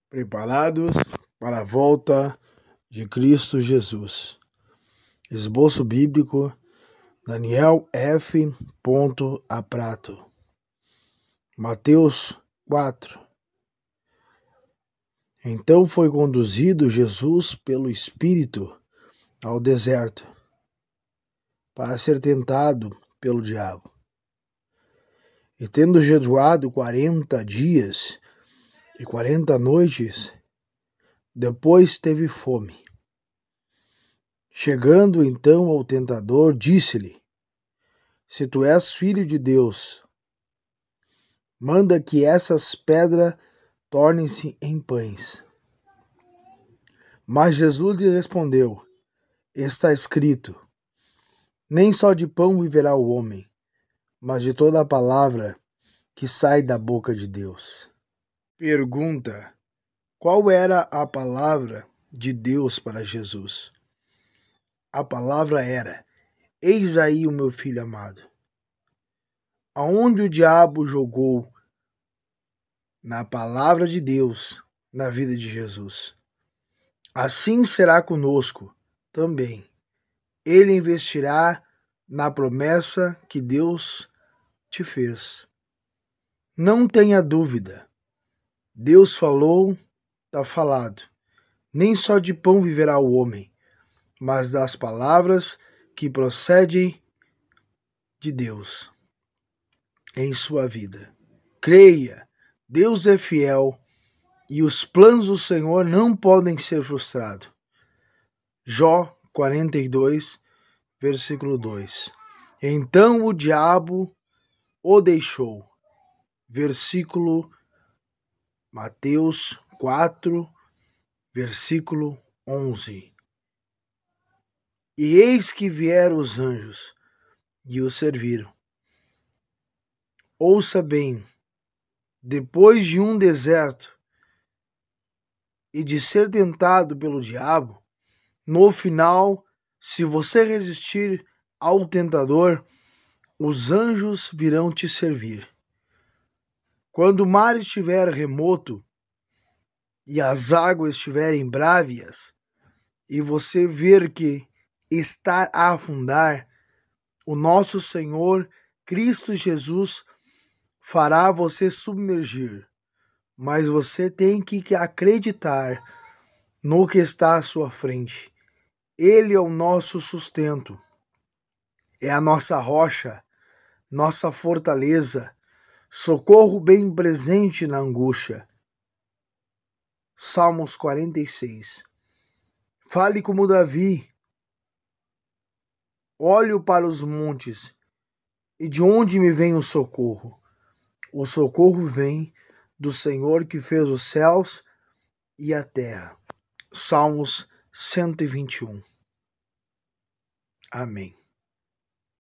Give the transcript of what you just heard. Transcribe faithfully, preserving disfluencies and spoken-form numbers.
Preparados para a volta de Cristo Jesus. Esboço bíblico, Daniel F. Aprato. Mateus quatro. Então foi conduzido Jesus pelo Espírito ao deserto, para ser tentado pelo diabo. E tendo jejuado quarenta dias e quarenta noites, depois teve fome. Chegando então ao tentador, disse-lhe: Se tu és filho de Deus, manda que essas pedras tornem-se em pães. Mas Jesus lhe respondeu: Está escrito: Nem só de pão viverá o homem, mas de toda a palavra que sai da boca de Deus. Pergunta: Qual era a palavra de Deus para Jesus? A palavra era: Eis aí o meu filho amado. Aonde o diabo jogou na palavra de Deus na vida de Jesus, assim será conosco também. Ele investirá na promessa que Deus te fez. Não tenha dúvida. Deus falou, está falado. Nem só de pão viverá o homem, mas das palavras que procedem de Deus em sua vida. Creia, Deus é fiel e os planos do Senhor não podem ser frustrados. Jó quarenta e dois, versículo dois. Então o diabo o deixou. Versículo Mateus quatro, versículo onze. E eis que vieram os anjos e o serviram. Ouça bem, depois de um deserto e de ser tentado pelo diabo, no final, se você resistir ao tentador, os anjos virão te servir. Quando o mar estiver remoto e as águas estiverem brávias, e você ver que está a afundar, o nosso Senhor Cristo Jesus fará você submergir. Mas você tem que acreditar no que está à sua frente. Ele é o nosso sustento, é a nossa rocha, nossa fortaleza, socorro bem presente na angústia. Salmos quarenta e seis. Fale como Davi. Olho para os montes, e de onde me vem o socorro? O socorro vem do Senhor que fez os céus e a terra. Salmos cento e vinte e um. Amém.